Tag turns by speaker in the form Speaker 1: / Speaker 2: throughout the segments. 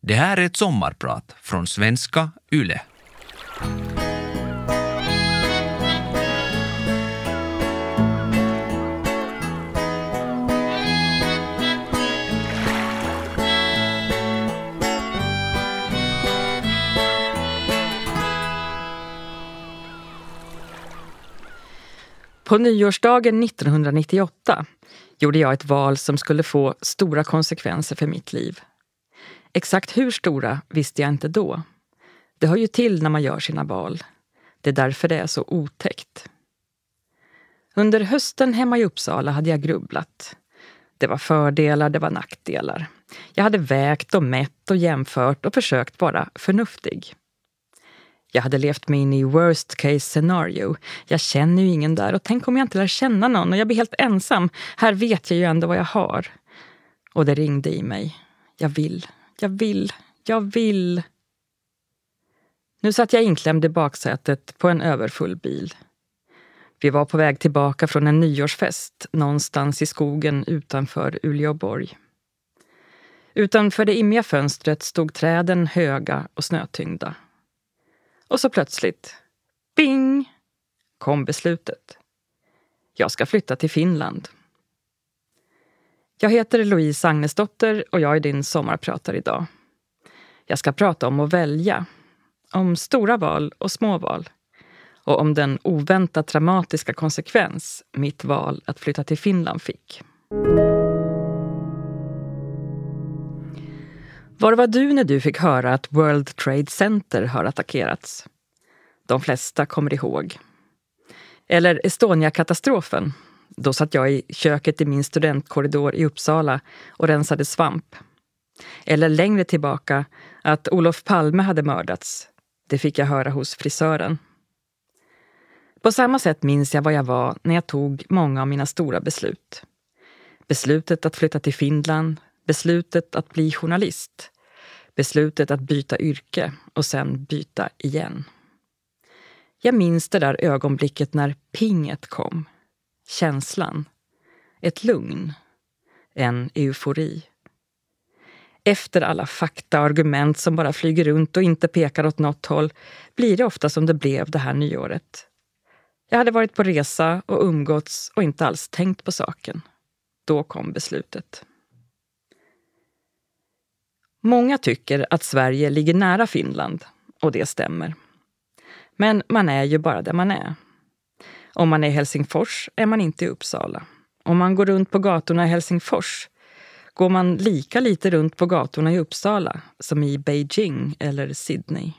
Speaker 1: Det här är ett sommarprat från Svenska Yle.
Speaker 2: På nyårsdagen 1998 gjorde jag ett val som skulle få stora konsekvenser för mitt liv. Exakt hur stora visste jag inte då. Det hör ju till när man gör sina val. Det är därför det är så otäckt. Under hösten hemma i Uppsala hade jag grubblat. Det var fördelar, det var nackdelar. Jag hade vägt och mätt och jämfört och försökt vara förnuftig. Jag hade levt mig in i worst case scenario. Jag känner ju ingen där och tänk om jag inte lär känna någon och jag blir helt ensam. Här vet jag ju ändå vad jag har. Och det ringde i mig. Jag vill. Nu satt jag inklämd i baksätet på en överfull bil. Vi var på väg tillbaka från en nyårsfest någonstans i skogen utanför Uleåborg. Utanför det immiga fönstret stod träden höga och snötyngda. Och så plötsligt, bing, kom beslutet. Jag ska flytta till Finland. Jag heter Louise Agnesdotter och jag är din sommarpratare idag. Jag ska prata om att välja. Om stora val och små val. Och om den oväntat dramatiska konsekvens mitt val att flytta till Finland fick. Var var du när du fick höra att World Trade Center har attackerats? De flesta kommer ihåg. Eller Estonia-katastrofen. Då satt jag i köket i min studentkorridor i Uppsala och rensade svamp. Eller längre tillbaka att Olof Palme hade mördats. Det fick jag höra hos frisören. På samma sätt minns jag vad jag var när jag tog många av mina stora beslut. Beslutet att flytta till Finland, beslutet att bli journalist, beslutet att byta yrke och sen byta igen. Jag minns det där ögonblicket när pinget kom. Känslan. Ett lugn. En eufori. Efter alla fakta och argument som bara flyger runt och inte pekar åt något håll blir det ofta som det blev det här nyåret. Jag hade varit på resa och umgåtts och inte alls tänkt på saken. Då kom beslutet. Många tycker att Sverige ligger nära Finland och det stämmer. Men man är ju bara där man är. Om man är i Helsingfors är man inte i Uppsala. Om man går runt på gatorna i Helsingfors går man lika lite runt på gatorna i Uppsala som i Beijing eller Sydney.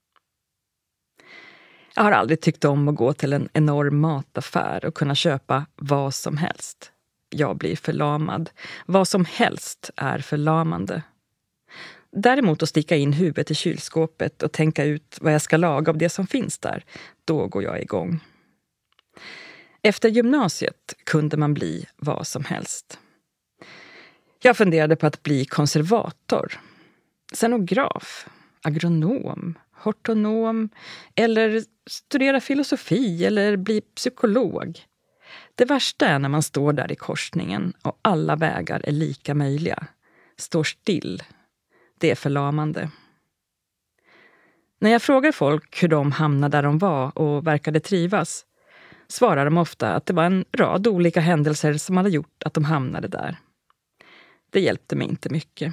Speaker 2: Jag har aldrig tyckt om att gå till en enorm mataffär och kunna köpa vad som helst. Jag blir förlamad. Vad som helst är förlamande. Däremot att sticka in huvudet i kylskåpet och tänka ut vad jag ska laga av det som finns där, då går jag igång. Efter gymnasiet kunde man bli vad som helst. Jag funderade på att bli konservator, scenograf, agronom, hortonom eller studera filosofi eller bli psykolog. Det värsta är när man står där i korsningen och alla vägar är lika möjliga. Står still. Det är förlamande. När jag frågar folk hur de hamnade där de var och verkade trivas svarar de ofta att det var en rad olika händelser som hade gjort att de hamnade där. Det hjälpte mig inte mycket.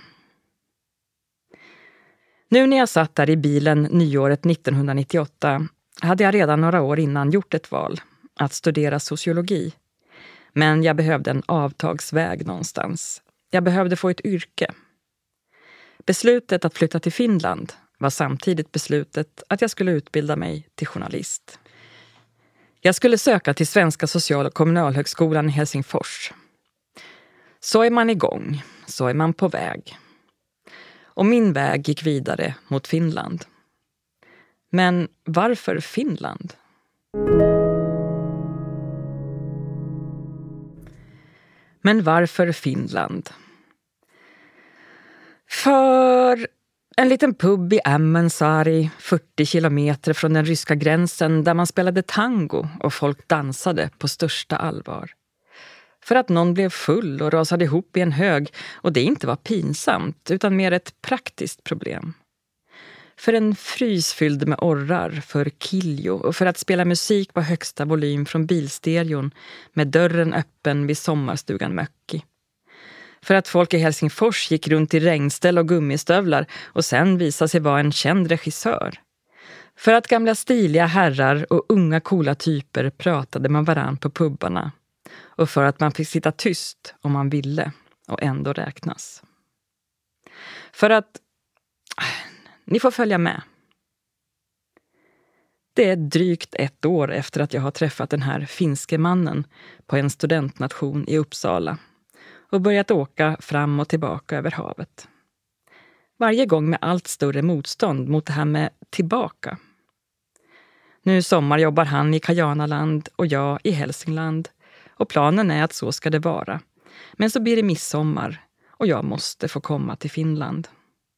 Speaker 2: Nu när jag satt där i bilen nyåret 1998 hade jag redan några år innan gjort ett val, att studera sociologi. Men jag behövde en avtagsväg någonstans. Jag behövde få ett yrke. Beslutet att flytta till Finland var samtidigt beslutet att jag skulle utbilda mig till journalist. Jag skulle söka till Svenska social- och kommunalhögskolan i Helsingfors. Så är man igång, så är man på väg. Och min väg gick vidare mot Finland. Men varför Finland? Men varför Finland? För en liten pub i Ämmensaari, 40 kilometer från den ryska gränsen där man spelade tango och folk dansade på största allvar. För att någon blev full och rasade ihop i en hög, och det inte var pinsamt utan mer ett praktiskt problem. För en frys fylld med orrar, för Kiljo och för att spela musik på högsta volym från bilstereon med dörren öppen vid sommarstugan Möcki. För att folk i Helsingfors gick runt i regnställ och gummistövlar och sen visade sig vara en känd regissör. För att gamla stiliga herrar och unga coola typer pratade med varann på pubbarna. Och för att man fick sitta tyst om man ville och ändå räknas. För att... Ni får följa med. Det är drygt 1 år efter att jag har träffat den här finske mannen på en studentnation i Uppsala och börjat åka fram och tillbaka över havet. Varje gång med allt större motstånd mot det här med tillbaka. Nu sommar jobbar han i Kajanaland och jag i Hälsingland, och planen är att så ska det vara. Men så blir det midsommar och jag måste få komma till Finland.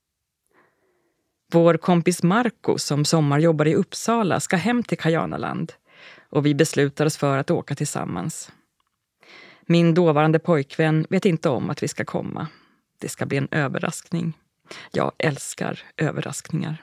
Speaker 2: Vår kompis Marco som sommarjobbar i Uppsala ska hem till Kajanaland och vi beslutar oss för att åka tillsammans. Min dåvarande pojkvän vet inte om att vi ska komma. Det ska bli en överraskning. Jag älskar överraskningar.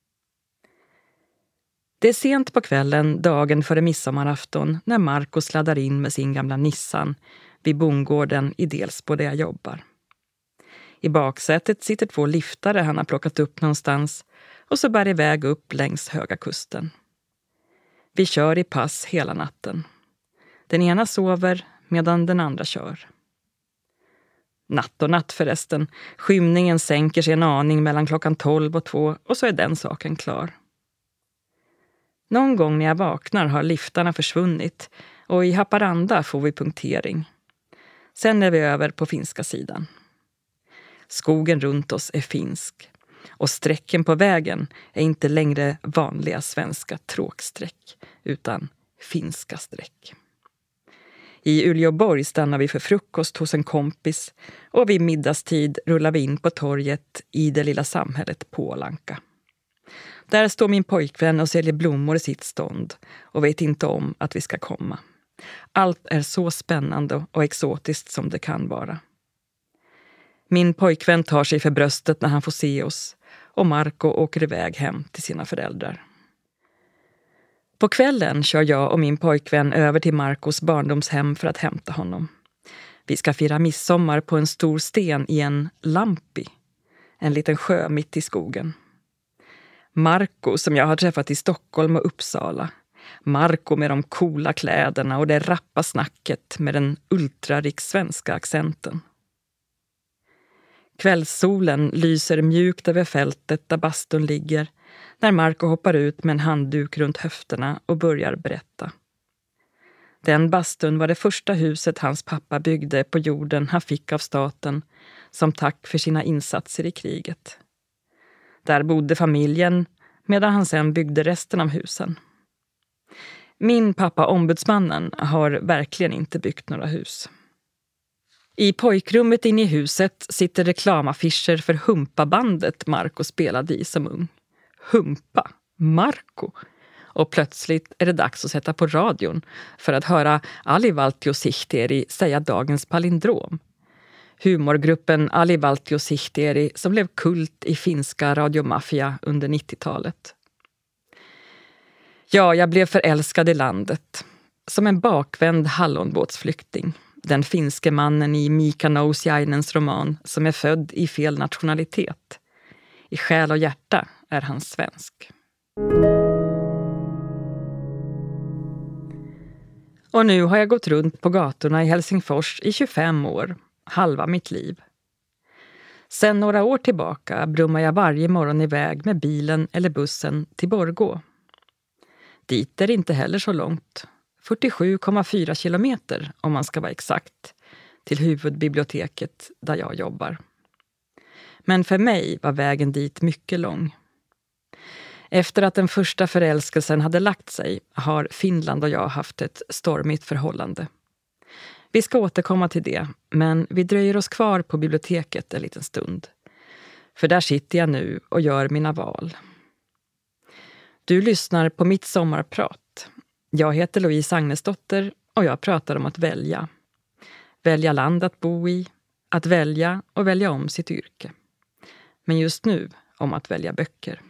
Speaker 2: Det är sent på kvällen, dagen före midsommarafton, när Marco sladdar in med sin gamla Nissan vid bondgården i Delsbo där jag jobbar. I baksätet sitter 2 liftare han har plockat upp någonstans och så bär iväg upp längs Höga kusten. Vi kör i pass hela natten. Den ena sover medan den andra kör. Natt och natt förresten. Skymningen sänker sig en aning mellan klockan 12 och 2 och så är den saken klar. Någon gång när jag vaknar har liftarna försvunnit och i Haparanda får vi punktering. Sen är vi över på finska sidan. Skogen runt oss är finsk och sträcken på vägen är inte längre vanliga svenska tråksträck utan finska sträck. I Uleåborg stannar vi för frukost hos en kompis och vid middagstid rullar vi in på torget i det lilla samhället Pålanka. Där står min pojkvän och säljer blommor i sitt stånd och vet inte om att vi ska komma. Allt är så spännande och exotiskt som det kan vara. Min pojkvän tar sig för bröstet när han får se oss och Marco åker iväg hem till sina föräldrar. På kvällen kör jag och min pojkvän över till Marcos barndomshem för att hämta honom. Vi ska fira midsommar på en stor sten i en lampi, en liten sjö mitt i skogen. Marco som jag har träffat i Stockholm och Uppsala. Marco med de coola kläderna och det rappa snacket med den ultrariksvenska accenten. Kvällssolen lyser mjukt över fältet där bastun ligger när Marco hoppar ut med en handduk runt höfterna och börjar berätta. Den bastun var det första huset hans pappa byggde på jorden han fick av staten som tack för sina insatser i kriget. Där bodde familjen medan han sen byggde resten av husen. Min pappa ombudsmannen har verkligen inte byggt några hus. I pojkrummet inne i huset sitter reklamaffischer för Humpa-bandet Marco spelade i som ung. Humpa, Marco. Och plötsligt är det dags att sätta på radion för att höra Alivaltiosihteeri säga dagens palindrom. Humorgruppen Alivaltiosihteeri som blev kult i finska radiomafia under 90-talet. Ja, jag blev förälskad i landet. Som en bakvänd hallonbåtsflykting. Den finske mannen i Mika Nousiainens roman som är född i fel nationalitet. I själ och hjärta är han svensk. Och nu har jag gått runt på gatorna i Helsingfors i 25 år, halva mitt liv. Sen några år tillbaka brummar jag varje morgon iväg med bilen eller bussen till Borgå. Dit är det inte heller så långt. 47,4 kilometer om man ska vara exakt, till huvudbiblioteket där jag jobbar. Men för mig var vägen dit mycket lång. Efter att den första förälskelsen hade lagt sig har Finland och jag haft ett stormigt förhållande. Vi ska återkomma till det, men vi dröjer oss kvar på biblioteket en liten stund. För där sitter jag nu och gör mina val. Du lyssnar på mitt sommarprat. Jag heter Louise Agnesdotter och jag pratar om att välja. välja land att bo i, att välja och välja om sitt yrke. Men just nu om att välja böcker.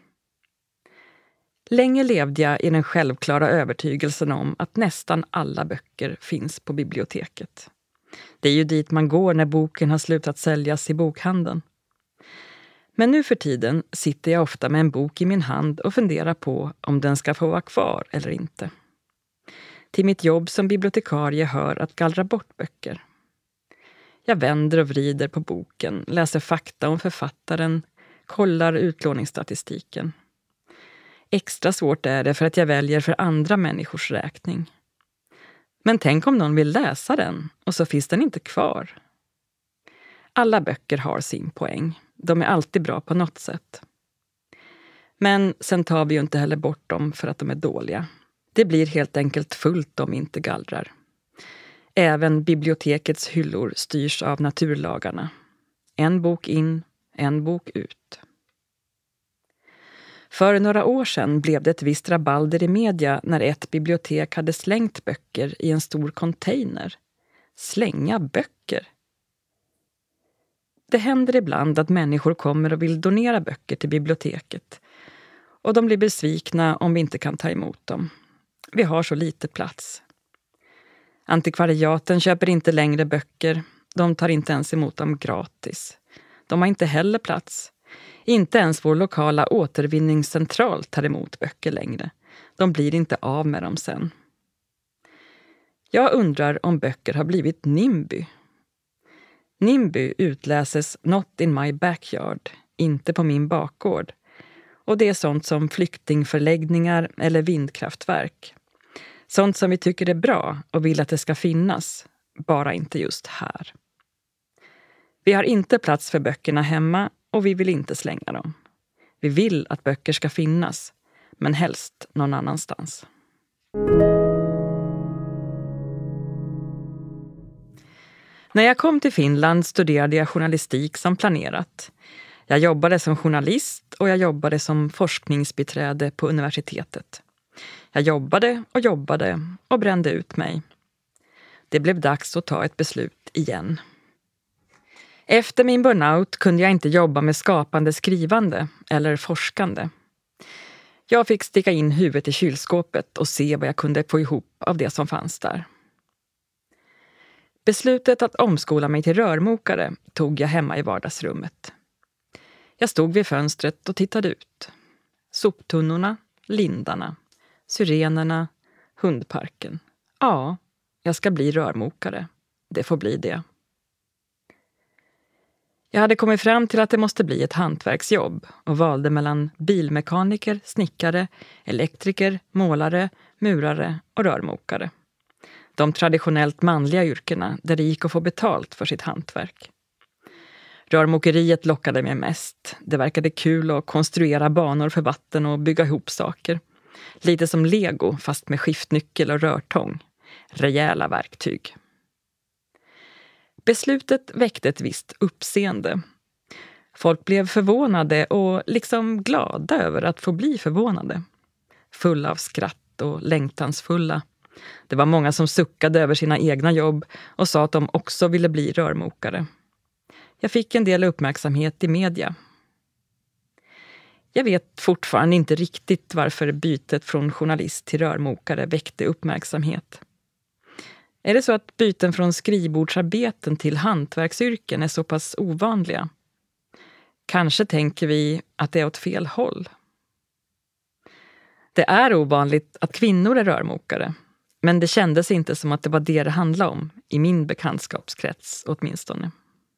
Speaker 2: Länge levde jag i den självklara övertygelsen om att nästan alla böcker finns på biblioteket. Det är ju dit man går när boken har slutat säljas i bokhandeln. Men nu för tiden sitter jag ofta med en bok i min hand och funderar på om den ska få vara kvar eller inte. Till mitt jobb som bibliotekarie hör att gallra bort böcker. Jag vänder och vrider på boken, läser fakta om författaren, kollar utlåningsstatistiken. Extra svårt är det för att jag väljer för andra människors räkning. Men tänk om någon vill läsa den och så finns den inte kvar. Alla böcker har sin poäng. De är alltid bra på något sätt. Men sen tar vi ju inte heller bort dem för att de är dåliga. Det blir helt enkelt fullt om inte gallrar. Även bibliotekets hyllor styrs av naturlagarna. En bok in, en bok ut. För några år sedan blev det ett visst rabalder i media när ett bibliotek hade slängt böcker i en stor container. Slänga böcker? Det händer ibland att människor kommer och vill donera böcker till biblioteket. Och de blir besvikna om vi inte kan ta emot dem. Vi har så lite plats. Antikvariaten köper inte längre böcker. De tar inte ens emot dem gratis. De har inte heller plats. Inte ens vår lokala återvinningscentral tar emot böcker längre. De blir inte av med dem sen. Jag undrar om böcker har blivit NIMBY. NIMBY utläses not in my backyard, inte på min bakgård. Och det är sånt som flyktingförläggningar eller vindkraftverk. Sånt som vi tycker är bra och vill att det ska finnas, bara inte just här. Vi har inte plats för böckerna hemma och vi vill inte slänga dem. Vi vill att böcker ska finnas, men helst någon annanstans. När jag kom till Finland studerade jag journalistik som planerat. Jag jobbade som journalist och jag jobbade som forskningsbiträde på universitetet. Jag jobbade och brände ut mig. Det blev dags att ta ett beslut igen. Efter min burnout kunde jag inte jobba med skapande skrivande eller forskande. Jag fick sticka in huvudet i kylskåpet och se vad jag kunde få ihop av det som fanns där. Beslutet att omskola mig till rörmokare tog jag hemma i vardagsrummet. Jag stod vid fönstret och tittade ut. Soptunnorna, lindarna, syrenerna, hundparken. Ja, jag ska bli rörmokare. Det får bli det. Jag hade kommit fram till att det måste bli ett hantverksjobb och valde mellan bilmekaniker, snickare, elektriker, målare, murare och rörmokare. De traditionellt manliga yrkena där det gick att få betalt för sitt hantverk. Rörmokeriet lockade mig mest. Det verkade kul att konstruera banor för vatten och bygga ihop saker. Lite som Lego fast med skiftnyckel och rörtång. Rejäla verktyg. Beslutet väckte ett visst uppseende. Folk blev förvånade och liksom glada över att få bli förvånade. Fulla av skratt och längtansfulla. Det var många som suckade över sina egna jobb och sa att de också ville bli rörmokare. Jag fick en del uppmärksamhet i media. Jag vet fortfarande inte riktigt varför bytet från journalist till rörmokare väckte uppmärksamhet. Är det så att byten från skrivbordsarbeten till hantverksyrken är så pass ovanliga? Kanske tänker vi att det är åt fel håll. Det är ovanligt att kvinnor är rörmokare, men det kändes inte som att det var det handlade om, i min bekantskapskrets åtminstone.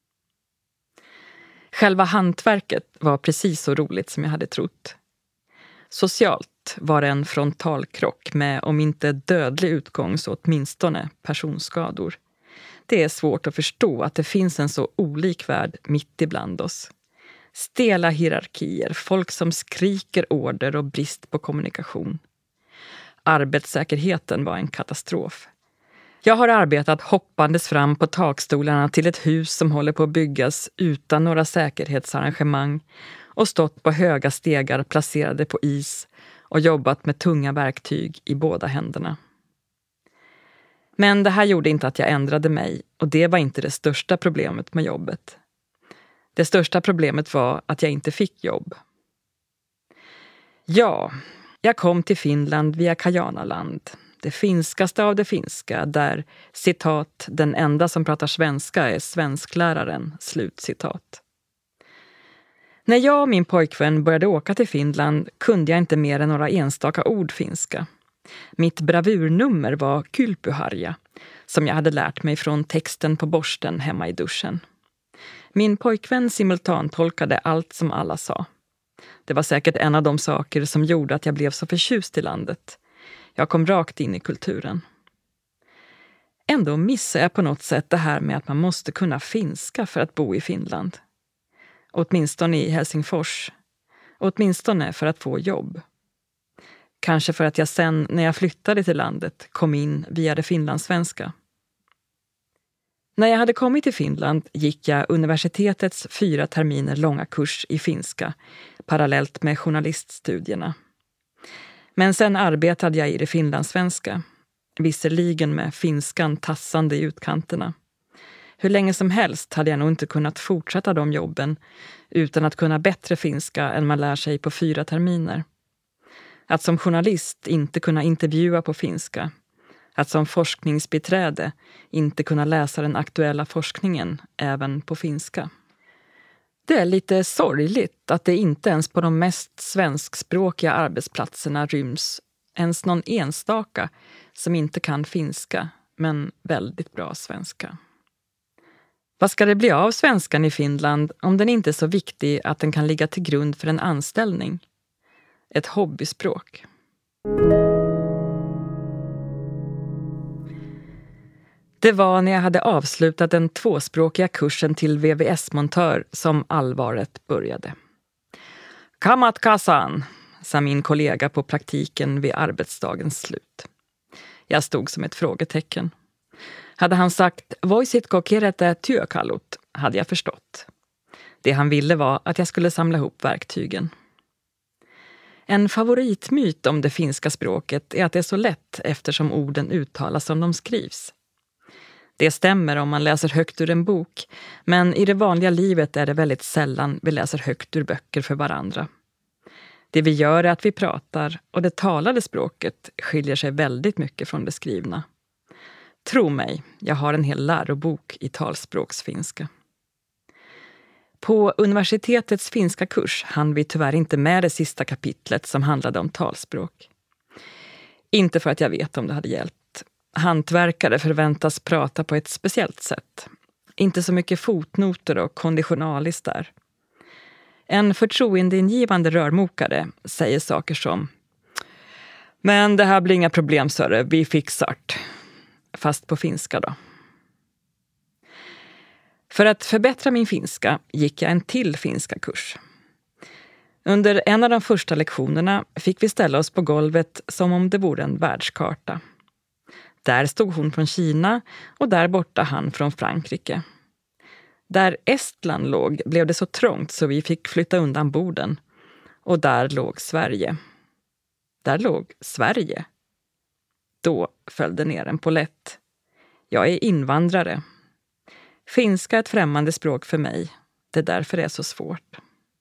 Speaker 2: Själva hantverket var precis så roligt som jag hade trott. Socialt var det en frontalkrock med om inte dödlig utgång så åtminstone personskador. Det är svårt att förstå att det finns en så olik värld mitt ibland oss. Stela hierarkier, folk som skriker order och brist på kommunikation. Arbetssäkerheten var en katastrof. Jag har arbetat hoppandes fram på takstolarna till ett hus som håller på att byggas utan några säkerhetsarrangemang och stått på höga stegar placerade på is och jobbat med tunga verktyg i båda händerna. Men det här gjorde inte att jag ändrade mig, och det var inte det största problemet med jobbet. Det största problemet var att jag inte fick jobb. Ja, jag kom till Finland via Kajanaland, det finskaste av det finska, där, citat, den enda som pratar svenska är svenskläraren, slutcitat. När jag och min pojkvän började åka till Finland kunde jag inte mer än några enstaka ord finska. Mitt bravurnummer var kylpyharja, som jag hade lärt mig från texten på borsten hemma i duschen. Min pojkvän simultantolkade allt som alla sa. Det var säkert en av de saker som gjorde att jag blev så förtjust i landet. Jag kom rakt in i kulturen. Ändå missade jag på något sätt det här med att man måste kunna finska för att bo i Finland. Åtminstone i Helsingfors. Åtminstone för att få jobb. Kanske för att jag sen, när jag flyttade till landet, kom in via det finlandssvenska. När jag hade kommit till Finland gick jag universitetets 4 terminer långa kurs i finska, parallellt med journaliststudierna. Men sen arbetade jag i det finlandssvenska, visserligen med finskan tassande i utkanterna. Hur länge som helst hade jag nog inte kunnat fortsätta de jobben utan att kunna bättre finska än man lär sig på 4 terminer. Att som journalist inte kunna intervjua på finska. Att som forskningsbiträde inte kunna läsa den aktuella forskningen även på finska. Det är lite sorgligt att det inte ens på de mest svenskspråkiga arbetsplatserna ryms ens någon enstaka som inte kan finska, men väldigt bra svenska. Vad ska det bli av svenskan i Finland om den inte är så viktig att den kan ligga till grund för en anställning? Ett hobbyspråk. Det var när jag hade avslutat den 2-språkiga kursen till VVS-montör som allvaret började. Kamat kasan, sa min kollega på praktiken vid arbetsdagens slut. Jag stod som ett frågetecken. Hade han sagt voisitko kirjata työkalut hade jag förstått. Det han ville var att jag skulle samla ihop verktygen. En favoritmyt om det finska språket är att det är så lätt eftersom orden uttalas som de skrivs. Det stämmer om man läser högt ur en bok, men i det vanliga livet är det väldigt sällan vi läser högt ur böcker för varandra. Det vi gör är att vi pratar, och det talade språket skiljer sig väldigt mycket från det skrivna. Tro mig, jag har en hel lärobok i talspråksfinska. På universitetets finska kurs hann vi tyvärr inte med det sista kapitlet som handlade om talspråk. Inte för att jag vet om det hade hjälpt. Hantverkare förväntas prata på ett speciellt sätt. Inte så mycket fotnoter och konditionalis där. En förtroendeingivande rörmokare säger saker som men det här blir inga problem, sörre, vi fixar det. Fast på finska då. För att förbättra min finska gick jag en till finska kurs. Under en av de första lektionerna fick vi ställa oss på golvet som om det vore en världskarta. Där stod hon från Kina och där borta han från Frankrike. Där Estland låg blev det så trångt så vi fick flytta undan borden. Och där låg Sverige. Där låg Sverige. Då föll det ner en polett. Jag är invandrare. Finska är ett främmande språk för mig. Det är därför det är så svårt.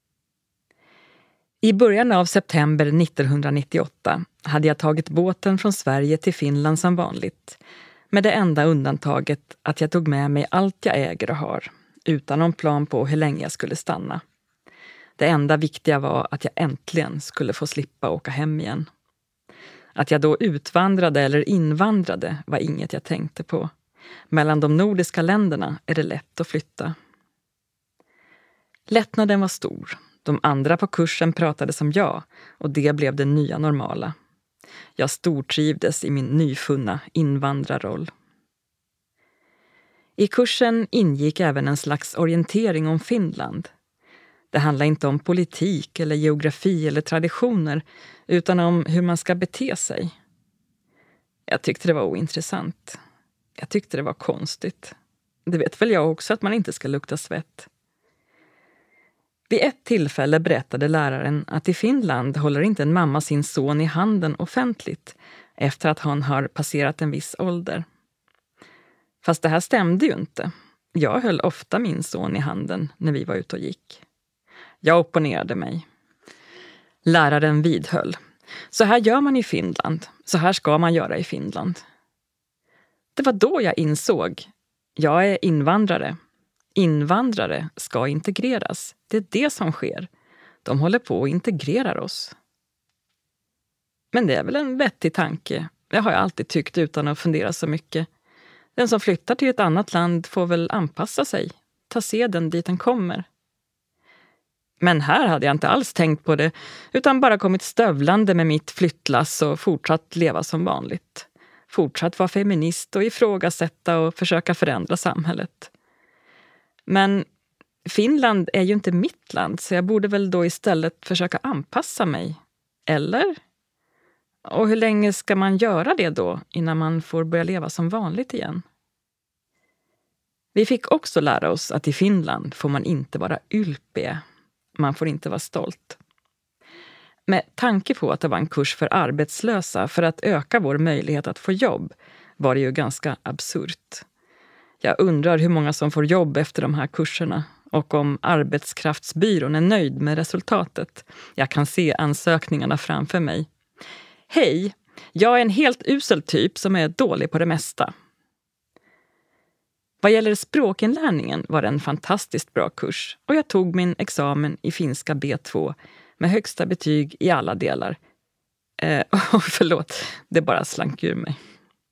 Speaker 2: I början av september 1998 hade jag tagit båten från Sverige till Finland som vanligt. Med det enda undantaget att jag tog med mig allt jag äger och har. Utan någon plan på hur länge jag skulle stanna. Det enda viktiga var att jag äntligen skulle få slippa åka hem igen. Att jag då utvandrade eller invandrade var inget jag tänkte på. Mellan de nordiska länderna är det lätt att flytta. Lättnaden var stor. De andra på kursen pratade som jag och det blev det nya normala. Jag stortrivdes i min nyfunna invandrarroll. I kursen ingick även en slags orientering om Finland. Det handlar inte om politik eller geografi eller traditioner utan om hur man ska bete sig. Jag tyckte det var ointressant. Jag tyckte det var konstigt. Det vet väl jag också att man inte ska lukta svett. Vid ett tillfälle berättade läraren att i Finland håller inte en mamma sin son i handen offentligt efter att han har passerat en viss ålder. Fast det här stämde ju inte. Jag höll ofta min son i handen när vi var ute och gick. Jag opponerade mig. Läraren vidhöll. Så här gör man i Finland. Så här ska man göra i Finland. Det var då jag insåg. Jag är invandrare. Invandrare ska integreras. Det är det som sker. De håller på och integrerar oss. Men det är väl en vettig tanke. Det har jag alltid tyckt utan att fundera så mycket. Den som flyttar till ett annat land får väl anpassa sig. Ta seden dit den kommer. Men här hade jag inte alls tänkt på det, utan bara kommit stövlande med mitt flyttlass och fortsatt leva som vanligt. Fortsatt vara feminist och ifrågasätta och försöka förändra samhället. Men Finland är ju inte mitt land, så jag borde väl då istället försöka anpassa mig. Eller? Och hur länge ska man göra det då innan man får börja leva som vanligt igen? Vi fick också lära oss att i Finland får man inte vara ylpeä. Man får inte vara stolt. Med tanke på att det var en kurs för arbetslösa för att öka vår möjlighet att få jobb var det ju ganska absurt. Jag undrar hur många som får jobb efter de här kurserna och om arbetskraftsbyrån är nöjd med resultatet. Jag kan se ansökningarna framför mig. Hej, jag är en helt usel typ som är dålig på det mesta. Vad gäller språkinlärningen var det en fantastiskt bra kurs och jag tog min examen i finska B2 med högsta betyg i alla delar. Förlåt, det bara slank ur mig.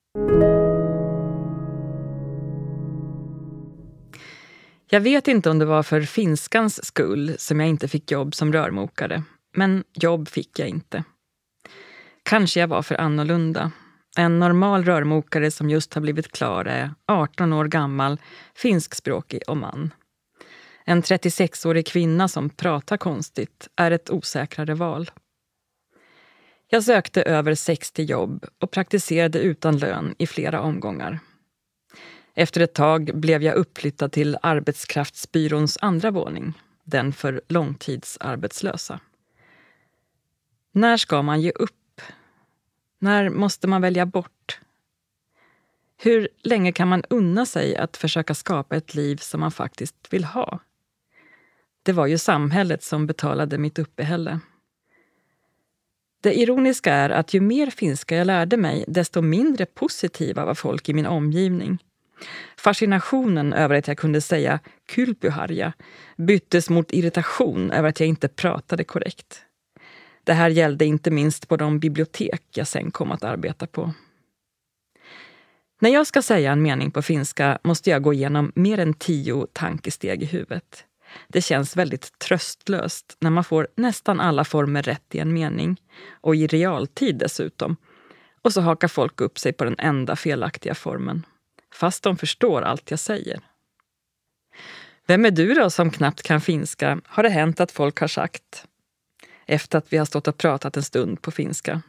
Speaker 2: Jag vet inte om det var för finskans skull som jag inte fick jobb som rörmokare, men jobb fick jag inte. Kanske jag var för annorlunda. En normal rörmokare som just har blivit klar är 18 år gammal, finskspråkig och man. En 36-årig kvinna som pratar konstigt är ett osäkrare val. Jag sökte över 60 jobb och praktiserade utan lön i flera omgångar. Efter ett tag blev jag uppflyttad till arbetskraftsbyråns andra våning, den för långtidsarbetslösa. När ska man ge upp? När måste man välja bort? Hur länge kan man unna sig att försöka skapa ett liv som man faktiskt vill ha? Det var ju samhället som betalade mitt uppehälle. Det ironiska är att ju mer finska jag lärde mig, desto mindre positiva var folk i min omgivning. Fascinationen över att jag kunde säga kylpyharja byttes mot irritation över att jag inte pratade korrekt. Det här gällde inte minst på de bibliotek jag sen kom att arbeta på. När jag ska säga en mening på finska måste jag gå igenom mer än 10 tankesteg i huvudet. Det känns väldigt tröstlöst när man får nästan alla former rätt i en mening och i realtid dessutom. Och så hakar folk upp sig på den enda felaktiga formen. Fast de förstår allt jag säger. Vem är du då som knappt kan finska? Har det hänt att folk har sagt efter att vi har stått och pratat en stund på finska.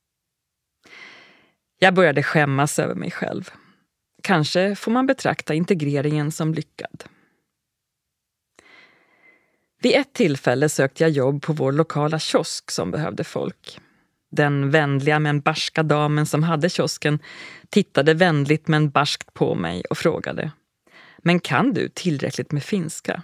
Speaker 2: Jag började skämmas över mig själv. Kanske får man betrakta integreringen som lyckad. Vid ett tillfälle sökte jag jobb på vår lokala kiosk som behövde folk. Den vänliga men barska damen som hade kiosken tittade vänligt men barskt på mig och frågade: "Men kan du tillräckligt med finska?"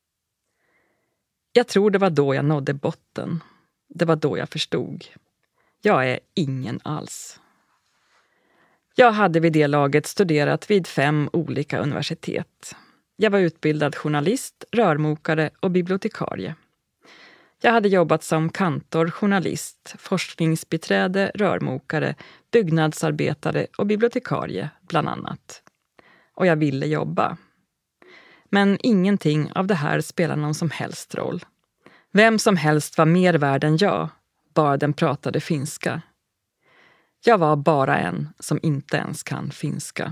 Speaker 2: Jag tror det var då jag nådde botten. Det var då jag förstod. Jag är ingen alls. Jag hade vid det laget studerat vid 5 olika universitet. Jag var utbildad journalist, rörmokare och bibliotekarie. Jag hade jobbat som kantor, journalist, forskningsbiträde, rörmokare, byggnadsarbetare och bibliotekarie bland annat. Och jag ville jobba. Men ingenting av det här spelar någon som helst roll. Vem som helst var mer värd än jag, bara den pratade finska. Jag var bara en som inte ens kan finska.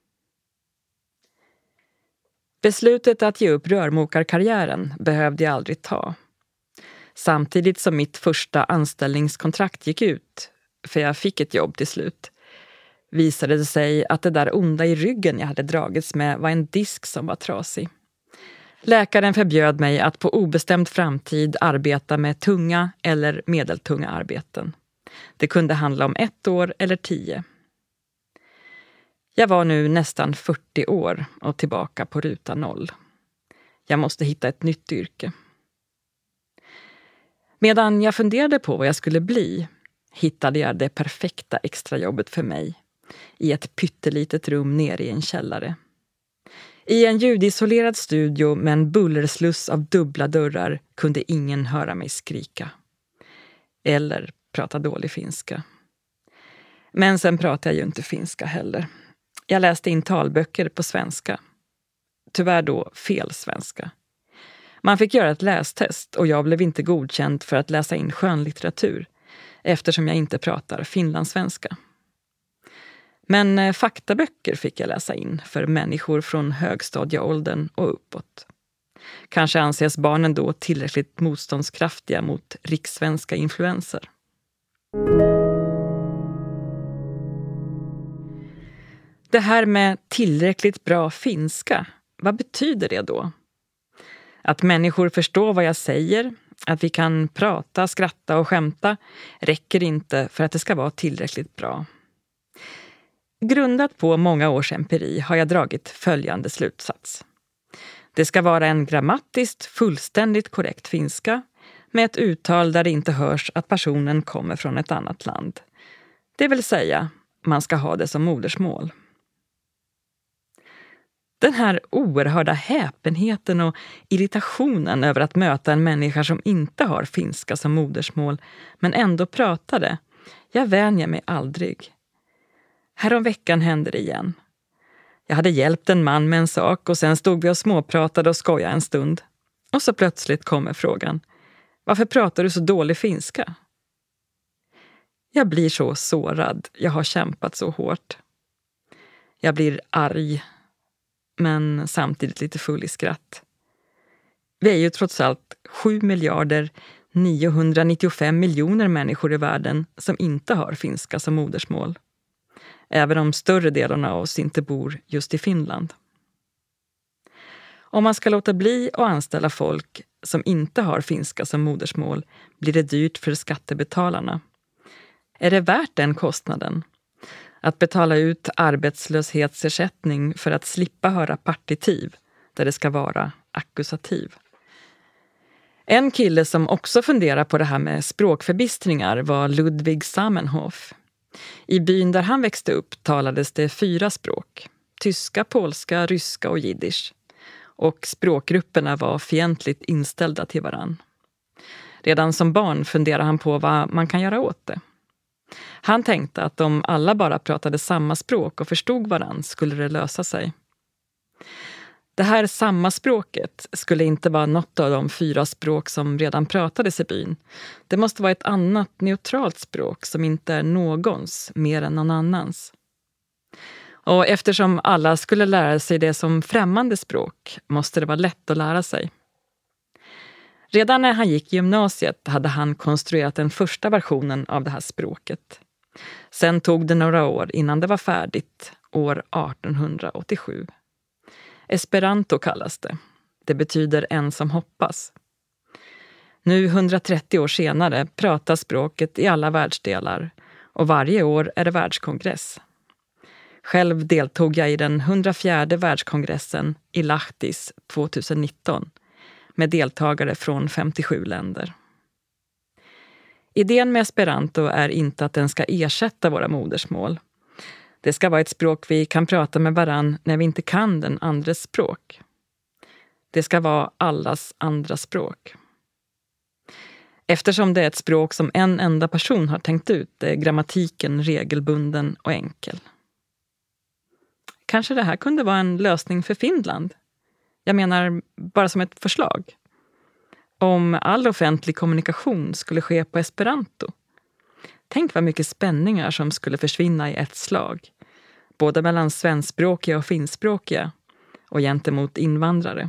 Speaker 2: Beslutet att ge upp rörmokarkarriären behövde jag aldrig ta. Samtidigt som mitt första anställningskontrakt gick ut, för jag fick ett jobb till slut, visade det sig att det där onda i ryggen jag hade dragits med var en disk som var trasig. Läkaren förbjöd mig att på obestämd framtid arbeta med tunga eller medeltunga arbeten. Det kunde handla om 1 år eller 10. Jag var nu nästan 40 år och tillbaka på ruta 0. Jag måste hitta ett nytt yrke. Medan jag funderade på vad jag skulle bli hittade jag det perfekta extrajobbet för mig i ett pyttelitet rum nere i en källare. I en ljudisolerad studio med en bullersluss av dubbla dörrar kunde ingen höra mig skrika. Eller prata dålig finska. Men sen pratade jag ju inte finska heller. Jag läste in talböcker på svenska. Tyvärr då fel svenska. Man fick göra ett lästest och jag blev inte godkänd för att läsa in skönlitteratur eftersom jag inte pratar finlandssvenska. Men faktaböcker fick jag läsa in för människor från högstadieåldern och uppåt. Kanske anses barnen då tillräckligt motståndskraftiga mot rikssvenska influenser. Det här med tillräckligt bra finska, vad betyder det då? Att människor förstår vad jag säger, att vi kan prata, skratta och skämta räcker inte för att det ska vara tillräckligt bra. Grundat på många års empiri har jag dragit följande slutsats. Det ska vara en grammatiskt fullständigt korrekt finska med ett uttal där det inte hörs att personen kommer från ett annat land. Det vill säga, man ska ha det som modersmål. Den här oerhörda häpenheten och irritationen över att möta en människa som inte har finska som modersmål men ändå pratar det, jag vänjer mig aldrig. Häromveckan hände det igen. Jag hade hjälpt en man med en sak och sen stod vi och småpratade och skojade en stund. Och så plötsligt kommer frågan, varför pratar du så dålig finska? Jag blir så sårad, jag har kämpat så hårt. Jag blir arg, men samtidigt lite full i skratt. Vi är ju trots allt 7.995.000.000 människor i världen som inte har finska som modersmål. Även om större delen av oss inte bor just i Finland. Om man ska låta bli att anställa folk som inte har finska som modersmål blir det dyrt för skattebetalarna. Är det värt den kostnaden? Att betala ut arbetslöshetsersättning för att slippa höra partitiv där det ska vara akkusativ. En kille som också funderar på det här med språkförbistringar var Ludwig Zamenhof. I byn där han växte upp talades det 4 språk. Tyska, polska, ryska och jiddisch. Och språkgrupperna var fientligt inställda till varann. Redan som barn funderade han på vad man kan göra åt det. Han tänkte att om alla bara pratade samma språk och förstod varann skulle det lösa sig. Det här samma språket skulle inte vara något av de 4 språk som redan pratades i byn. Det måste vara ett annat neutralt språk som inte är någons mer än någon annans. Och eftersom alla skulle lära sig det som främmande språk måste det vara lätt att lära sig. Redan när han gick i gymnasiet hade han konstruerat den första versionen av det här språket. Sen tog det några år innan det var färdigt, år 1887. Esperanto kallas det. Det betyder en som hoppas. Nu 130 år senare pratas språket i alla världsdelar och varje år är det världskongress. Själv deltog jag i den 104:e världskongressen i Lahtis 2019 med deltagare från 57 länder. Idén med esperanto är inte att den ska ersätta våra modersmål. Det ska vara ett språk vi kan prata med varann när vi inte kan den andres språk. Det ska vara allas andra språk. Eftersom det är ett språk som en enda person har tänkt ut är grammatiken regelbunden och enkel. Kanske det här kunde vara en lösning för Finland. Jag menar bara som ett förslag. Om all offentlig kommunikation skulle ske på esperanto. Tänk vad mycket spänningar som skulle försvinna i ett slag. Både mellan svenskspråkiga och finskspråkiga och gentemot invandrare.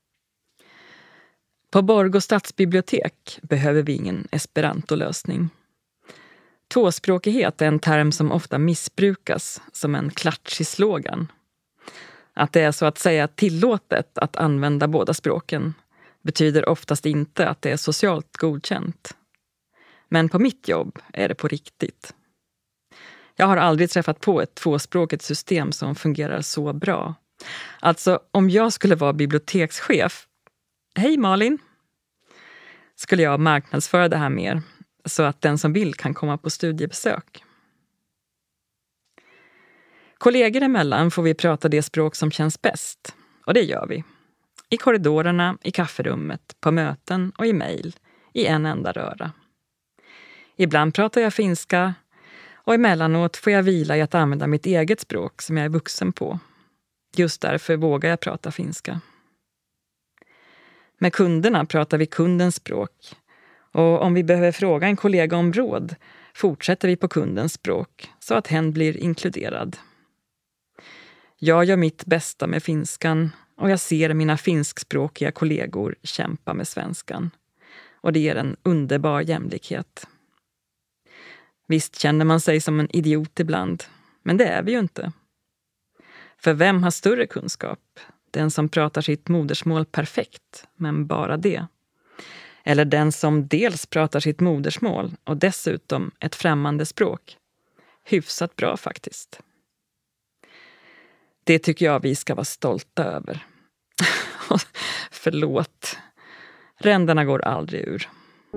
Speaker 2: På Borgå stadsbibliotek behöver vi ingen esperanto-lösning. Tvåspråkighet är en term som ofta missbrukas som en klatschig slogan. Att det är så att säga tillåtet att använda båda språken betyder oftast inte att det är socialt godkänt. Men på mitt jobb är det på riktigt. Jag har aldrig träffat på ett tvåspråkigt system som fungerar så bra. Alltså, om jag skulle vara bibliotekschef, hej Malin, skulle jag marknadsföra det här mer så att den som vill kan komma på studiebesök. Kollegor emellan får vi prata det språk som känns bäst. Och det gör vi. I korridorerna, i kafferummet, på möten och i mejl. I en enda röra. Ibland pratar jag finska och emellanåt får jag vila i att använda mitt eget språk som jag är vuxen på. Just därför vågar jag prata finska. Med kunderna pratar vi kundens språk. Och om vi behöver fråga en kollega om råd fortsätter vi på kundens språk så att hen blir inkluderad. Jag gör mitt bästa med finskan och jag ser mina finskspråkiga kollegor kämpa med svenskan. Och det ger en underbar jämlikhet. Visst känner man sig som en idiot ibland, men det är vi ju inte. För vem har större kunskap? Den som pratar sitt modersmål perfekt, men bara det. Eller den som dels pratar sitt modersmål och dessutom ett främmande språk. Hyfsat bra faktiskt. Det tycker jag vi ska vara stolta över. Förlåt. Ränderna går aldrig ur.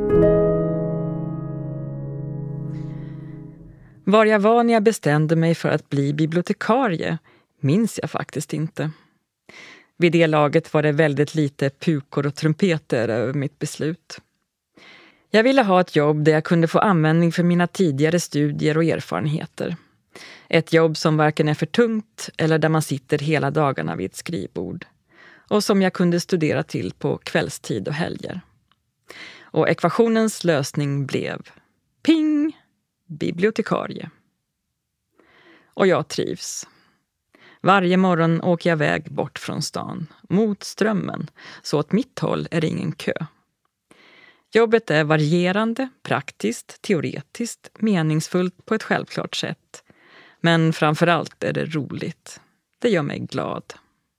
Speaker 2: Var jag var när jag bestämde mig för att bli bibliotekarie minns jag faktiskt inte. Vid det laget var det väldigt lite pukor och trumpeter över mitt beslut. Jag ville ha ett jobb där jag kunde få användning för mina tidigare studier och erfarenheter. Ett jobb som varken är för tungt eller där man sitter hela dagarna vid ett skrivbord. Och som jag kunde studera till på kvällstid och helger. Och ekvationens lösning blev ping, bibliotekarie. Och jag trivs. Varje morgon åker jag väg bort från stan, mot strömmen, så åt mitt håll är det ingen kö. Jobbet är varierande, praktiskt, teoretiskt, meningsfullt på ett självklart sätt. Men framförallt är det roligt. Det gör mig glad.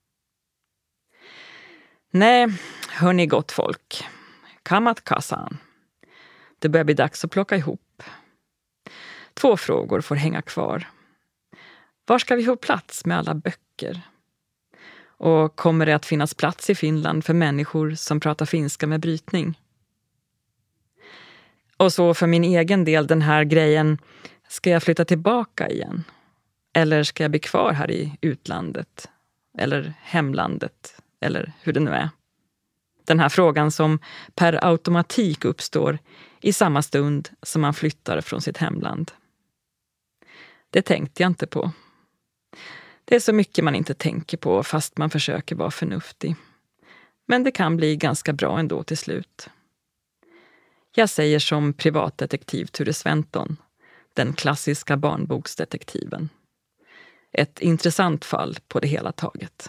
Speaker 2: Nej, hörni gott folk. Kamat kassan. Det börjar bli dags att plocka ihop. 2 frågor får hänga kvar. Var ska vi få plats med alla böcker? Och kommer det att finnas plats i Finland för människor som pratar finska med brytning? Och så för min egen del den här grejen, ska jag flytta tillbaka igen? Eller ska jag bli kvar här i utlandet? Eller hemlandet? Eller hur det nu är. Den här frågan som per automatik uppstår i samma stund som man flyttar från sitt hemland. Det tänkte jag inte på. Det är så mycket man inte tänker på fast man försöker vara förnuftig. Men det kan bli ganska bra ändå till slut. Jag säger som privatdetektiv Ture Sventon, den klassiska barnboksdetektiven. Ett intressant fall på det hela taget.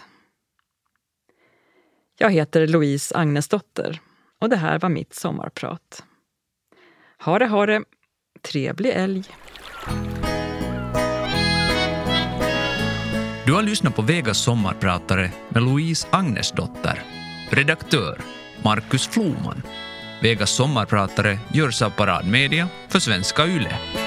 Speaker 2: Jag heter Louise Agnesdotter och det här var mitt sommarprat. Ha det, trevlig älg.
Speaker 1: Du har lyssnat på Vegas sommarpratare med Louise Agnesdotter. Redaktör Markus Floman. Vegas sommarpratare görs av Paradmedia för Svenska Yle.